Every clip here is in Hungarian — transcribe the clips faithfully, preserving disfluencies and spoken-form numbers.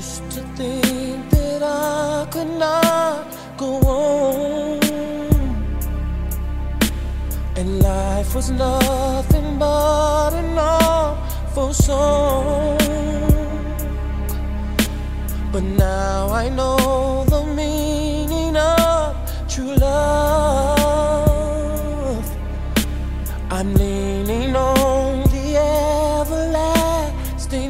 used to think that I could not go on, and life was nothing but an awful song. But now I know the meaning of true love. I'm leaning on the everlasting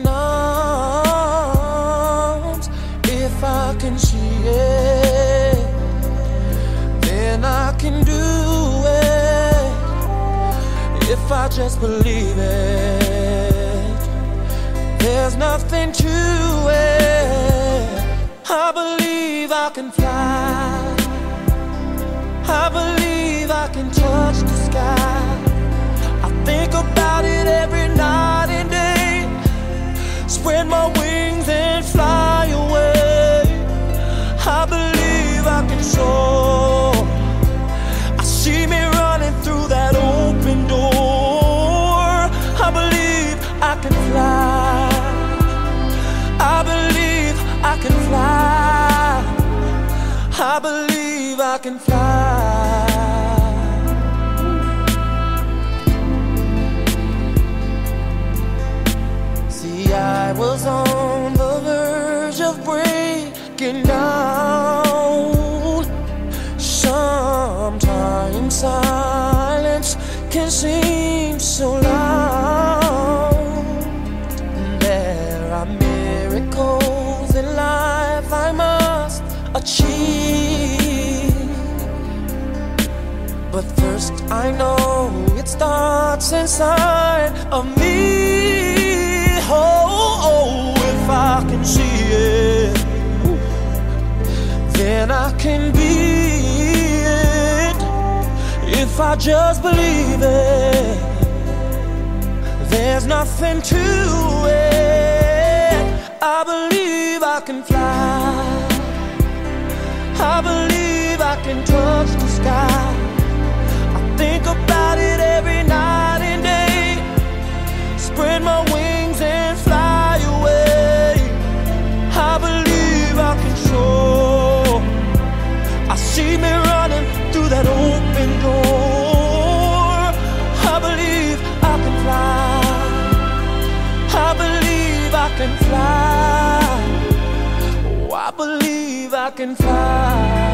arms. If I can see it, then I can do it. If I just believe it, there's nothing to it. I believe I can fly. I believe I can touch the sky. I think about it every night and day. Spread my wings and fly away. I believe I can soar. I see me running through that open door. I believe I can fly. I believe I can fly. I believe I can fly. See, I was on the verge of breaking down. Sometimes silence can seem so loud. There are miracles in life I must achieve, but first I know it starts inside of me. Oh, oh, if I can see it, then I can be it. If I just believe it, there's nothing to it. I believe I can fly. I believe I can touch the sky. I think about it every night and day. Spread my wings and fly away. I believe I can soar. I see me running through that open door. I believe I can fly. I believe I can fly. Oh, I believe I can fly.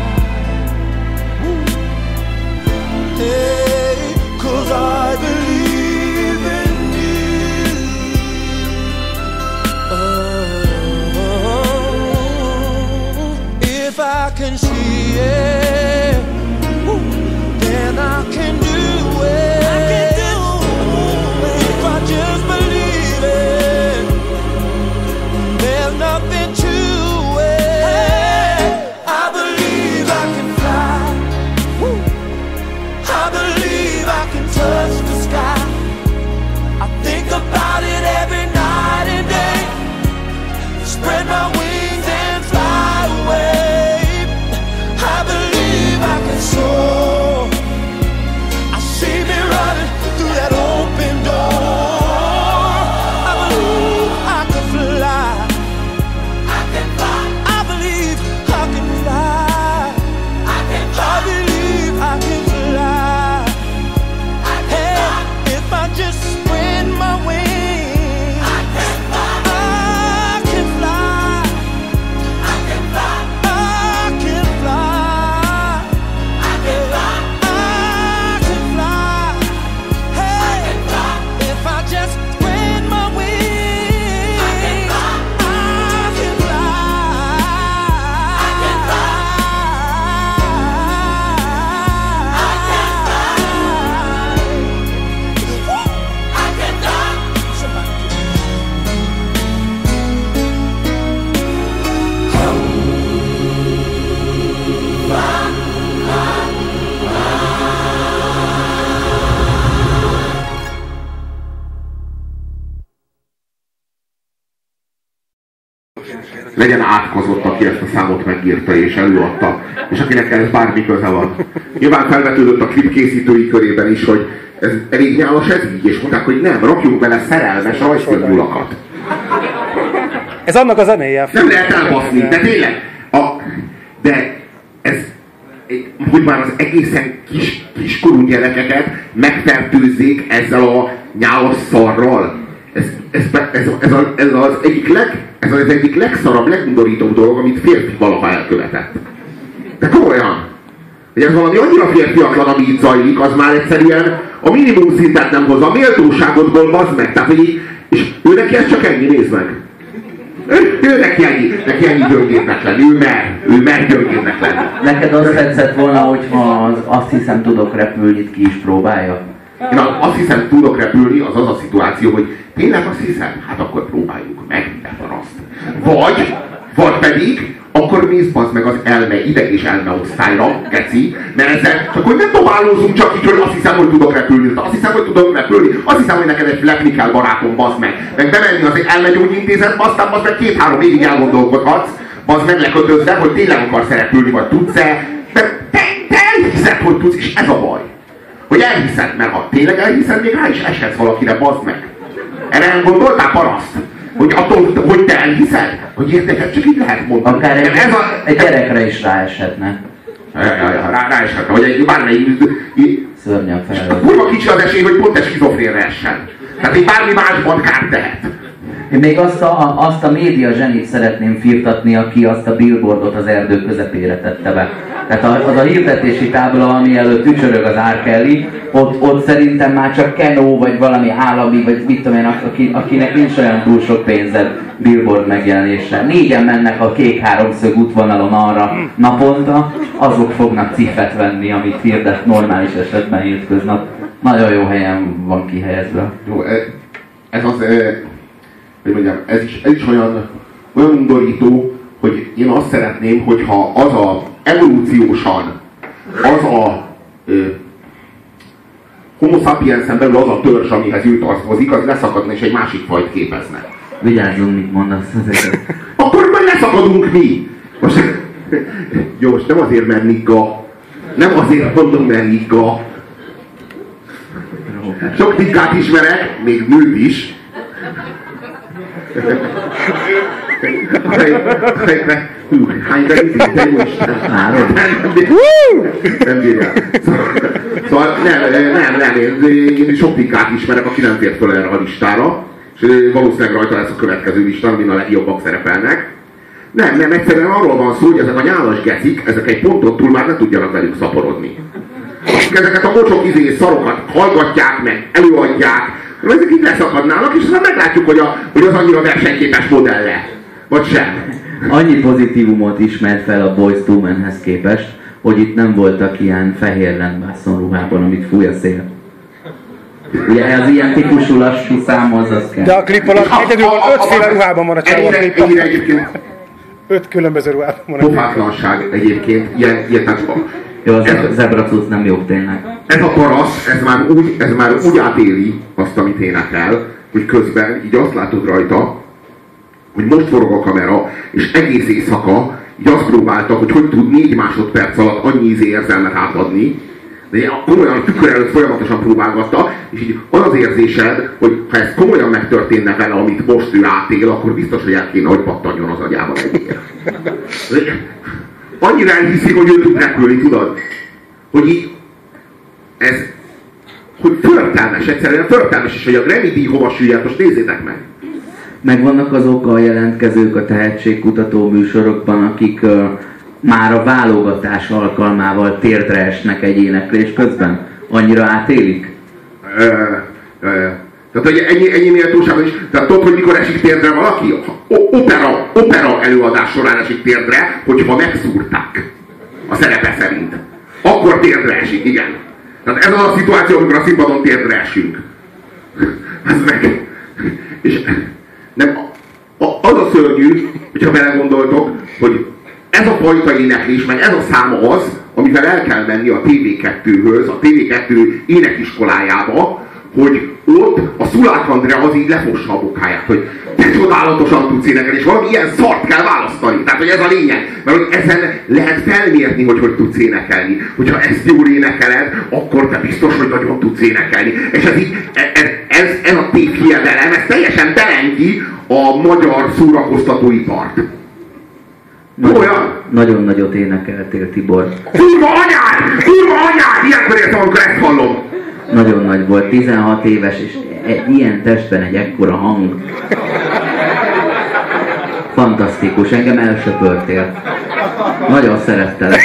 Hey, 'cause I believe in you. Oh, if I can see it, then I can do it. I can do it. If I just believe it, there's nothing to it. I believe I can fly. I believe I can touch the sky. I think about it every night and day. Spread my wings and fly away. I believe I can soar. I see me running through that open door. I believe I can fly. I can fly. I believe I can fly. I can fly. I believe I can fly. I can hey, fly. If I just spread my wings, I can fly. I can fly. I can fly. I can fly. I can fly. I can fly. Hey, I can fly. If I just spread my wings, I can fly. I can fly. I can fly. I can fly. Woo! I can fly. Somebody legyen átkozott, aki ezt a számot megírta és előadta, és akinek ez bármi köze van. Nyilván felvetődött a klip készítői körében is, hogy ez elég nyálos ez így, és mondták, hogy nem, rakjunk bele szerelmes rajzfilmnyulakat. Ez annak a zenéje. Nem lehet elbaszni, de tényleg. A, de ez, hogy már az egészen kis, kiskorú gyerekeket megfertőzzék ezzel a nyálas szarral. Ez, ez, ez, ez, a, ez, az egyik leg, ez az egyik legszarabb, legundorítóbb dolog, amit férfi valaha elkövetett. De komolyan. Hogy ez valami annyira férfiatlan, ami itt zajlik, az már egyszerűen a minimum szintet nem hozza, a méltóságodból bazd meg. Tehát, hogy így, és ő neki ez csak ennyi, nézd meg. Ő, ő neki ennyi, neki ennyi gyöngétnek lenni, ő mer, ő mer gyöngétnek lenni. Neked azt tetszett volna, hogyha az azt hiszem tudok repülni, ki is próbálja? Én azt hiszem tudok repülni, az az a szituáció, hogy tényleg azt hiszem, hát akkor próbáljuk meg, de paraszt. Vagy, vagy pedig, akkor mész bazd meg az elme, ideg és elme osztályra, geci, mert ezzel csak hogy nem dobálózunk csak így, hogy azt hiszem, hogy tudok repülni, azt hiszem, hogy tudok repülni, azt hiszem, hogy neked egy lepni kell barátom, bazd meg. Meg bemenni az elmegyógyintézetbe, aztán bazd meg két-három évig elgondolkodhatsz, bazd meg lekötözve, hogy tényleg akarsz repülni, vagy tudsz-e, de te, te elhiszed, hogy tudsz, és ez a baj. Hogy elhiszed, mert ha tényleg elhiszed, még rá is eshetsz valakire, bazd meg. Erre nem gondoltál, paraszt? Hogy attól, hogy te elhiszed? Hogy érted, csak így lehet mondani. Akár egy, ez a, egy gyerekre is ráeshetne. Rá, ráeshetne, vagy egy bármelyik... Szörnyen felelőtt. Kurva kicsi az esély, hogy pont egy skizofrénre essen. Tehát egy bármi másban kárt tehet. Én még azt a, azt a média zsenit szeretném firtatni, aki azt a billboardot az erdő közepére tette be. Tehát az a hirdetési tábla, ami előtt ücsörög az R. Kelly, ott, ott szerintem már csak Kenó, vagy valami állami, vagy mit tudom én, aki, akinek nincs olyan túl sok pénzed billboard megjelenésre. Négyen mennek a kék háromszög útvonalon arra naponta, azok fognak cifet venni, amit hirdet normális esetben hétköznap. Nagyon jó helyen van kihelyezve. Jó, ez az... hogy mondjam, ez is, ez is olyan, olyan undorító, hogy én azt szeretném, hogyha az a evolúciósan, az a ö, homo sapiensen belül az a törzs, amihez ő tartozik, az leszakadna és egy másik fajt képezne. Vigyázzunk, mit mondasz ezeket. Akkor majd leszakadunk mi! Most, jó, most nem azért, mert nigga. Nem azért mondom, mert nigga. Sok niggát ismerek, még nőt is. Hú, hány belőzik, de jó Isten. Nem bírják. Szóval nem, nem, nem, én sok niggát ismerek, aki nem fér föl erre a listára, és valószínűleg rajta lesz a következő lista, amin a legjobbak szerepelnek. Nem, nem, egyszerűen arról van szó, hogy ezek a nyálas gecik, ezek egy ponton túl már ne tudjanak velük szaporodni. Akik ezeket a mocsok izé szarokat hallgatják meg, előadják, ezek így leszakadnának, és aztán meglátjuk, hogy, a, hogy az annyira versenyképes modelle. Vagy sem. Annyi pozitívumot ismert fel a Boyz two Menhez képest, hogy itt nem voltak ilyen fehér lendvászon ruhában, amit fúj a szél. Ugye az ilyen típusú lassú számhoz az kell. De a klip alatt egyedül van ötféle ruhában van a csávó. Ennyire egyébként. Öt különböző ruhában van a klip. Pofátlanság egyébként. Ilyen, ilyen tehát, jó, az ez, zebracuc nem jó tényleg. Ez a paraszt, ez már, úgy, ez már úgy átéli azt, amit énekel, hogy közben így azt látod rajta, hogy most forog a kamera, és egész éjszaka így azt próbálta, hogy hogy tud négy másodperc alatt annyi ízé érzelmet átadni, de komolyan tükör előtt folyamatosan próbálgatta, és így az az érzésed, hogy ha ez komolyan megtörténne vele, amit most ő átél, akkor biztos, hogy el kéne, hogy pattanjon az agyában egyébként. Annyira elhiszi, hogy ő tud repülni, tudod? Hogy így ez, hogy förtelmes, egyszerűen förtelmes, és hogy a Grammy-díj hova süllyedt, most nézzétek meg! Megvannak azok a jelentkezők a tehetségkutató műsorokban, akik uh, már a válogatás alkalmával térdre esnek egy éneklés közben? Annyira átélik? Ö, ö, tehát, hogy ennyi, ennyi méltóság is. Tehát tudod, hogy mikor esik térdre valaki? Opera, opera előadás során esik térdre, hogyha megszúrták a szerepe szerint. Akkor térdre esik, igen. Tehát ez az a szituáció, amikor a színpadon térdre esünk. Ez meg. És nem, az a szörnyű, hogyha belegondoltok, hogy ez a fajta éneklés, meg ez a szám az, amivel el kell menni a té vé kettőhöz, a té vé kettő énekiskolájába, hogy ott a Szulák Andrea az így lefossa a bokáját, hogy te csodálatosan tudsz énekelni, és valami ilyen szart kell választani. Tehát, hogy ez a lényeg. Mert hogy ezen lehet felmérni, hogy hogy tudsz énekelni. Hogyha ezt jól énekeled, akkor te biztos, hogy nagyon tudsz énekelni. És ez így, ez, ez, ez a tévhiedelem, ez teljesen belengti a magyar szórakoztatóipart. Nagyon, Olyan? nagyon nagyot énekeltél, Tibor. Kurva anyád! Kurva anyád! Ilyenkor értem, amikor ezt hallom. Nagyon nagy volt, tizenhat éves, és egy ilyen testben egy ekkora hang. Fantasztikus, engem elsöpörtél. Nagyon szerettelek.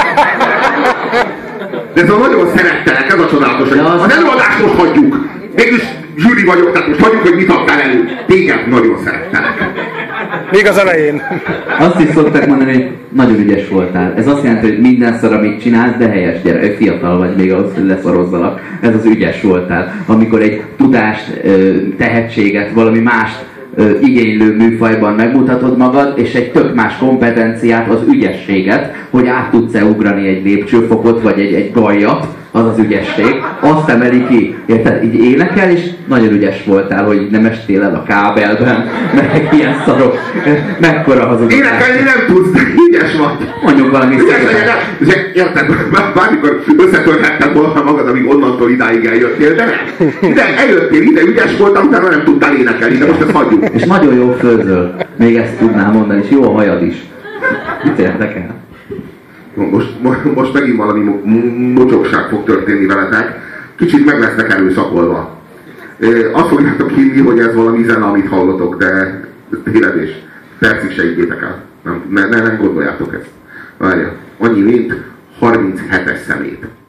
De ez a nagyon szerettelek, ez a csodálatos. Az, az... az előadást most hagyjuk. Mégis zsűri vagyok, tehát most hagyjuk, hogy mit adtál elő. Téged nagyon szerettelek. Még az elején. Azt is szokták mondani, hogy nagyon ügyes voltál. Ez azt jelenti, hogy minden szar, amit csinálsz, de helyes, gyere, fiatal vagy még ahhoz, hogy leszarozzalak. Ez az ügyes voltál. Amikor egy tudást, tehetséget, valami mást igénylő műfajban megmutatod magad, és egy tök más kompetenciát, az ügyességet, hogy át tudsz-e ugrani egy lépcsőfokot, vagy egy, egy gajat, az az ügyesség, azt emeli ki. Érted? Így énekel, és nagyon ügyes voltál, hogy nem estél el a kábelben, meg ilyen szarok. Mekkora hazudás. Énekelni nem tudsz, de ügyes vagy. Mondjuk valami szépen. Érted? Bármikor összetörhetted volna magad, amíg onnantól idáig eljöttél, de nem. Ide eljöttél, ide ügyes voltam, utána nem tudtál énekelni, de most ezt hagyjuk. És nagyon jó főzöl. Még ezt tudnám mondani, és jó a hajad is. Mit érdekel? Most, most megint valami mocsokság fog történni veletek. Kicsit meg lesznek erőszakolva. Azt fogjátok hinni, hogy ez valami zene, amit hallotok, de tévedés. Percig se higgyétek el. Nem, ne, ne, nem gondoljátok ezt. Várja. Annyi, mint harminchetes szemét.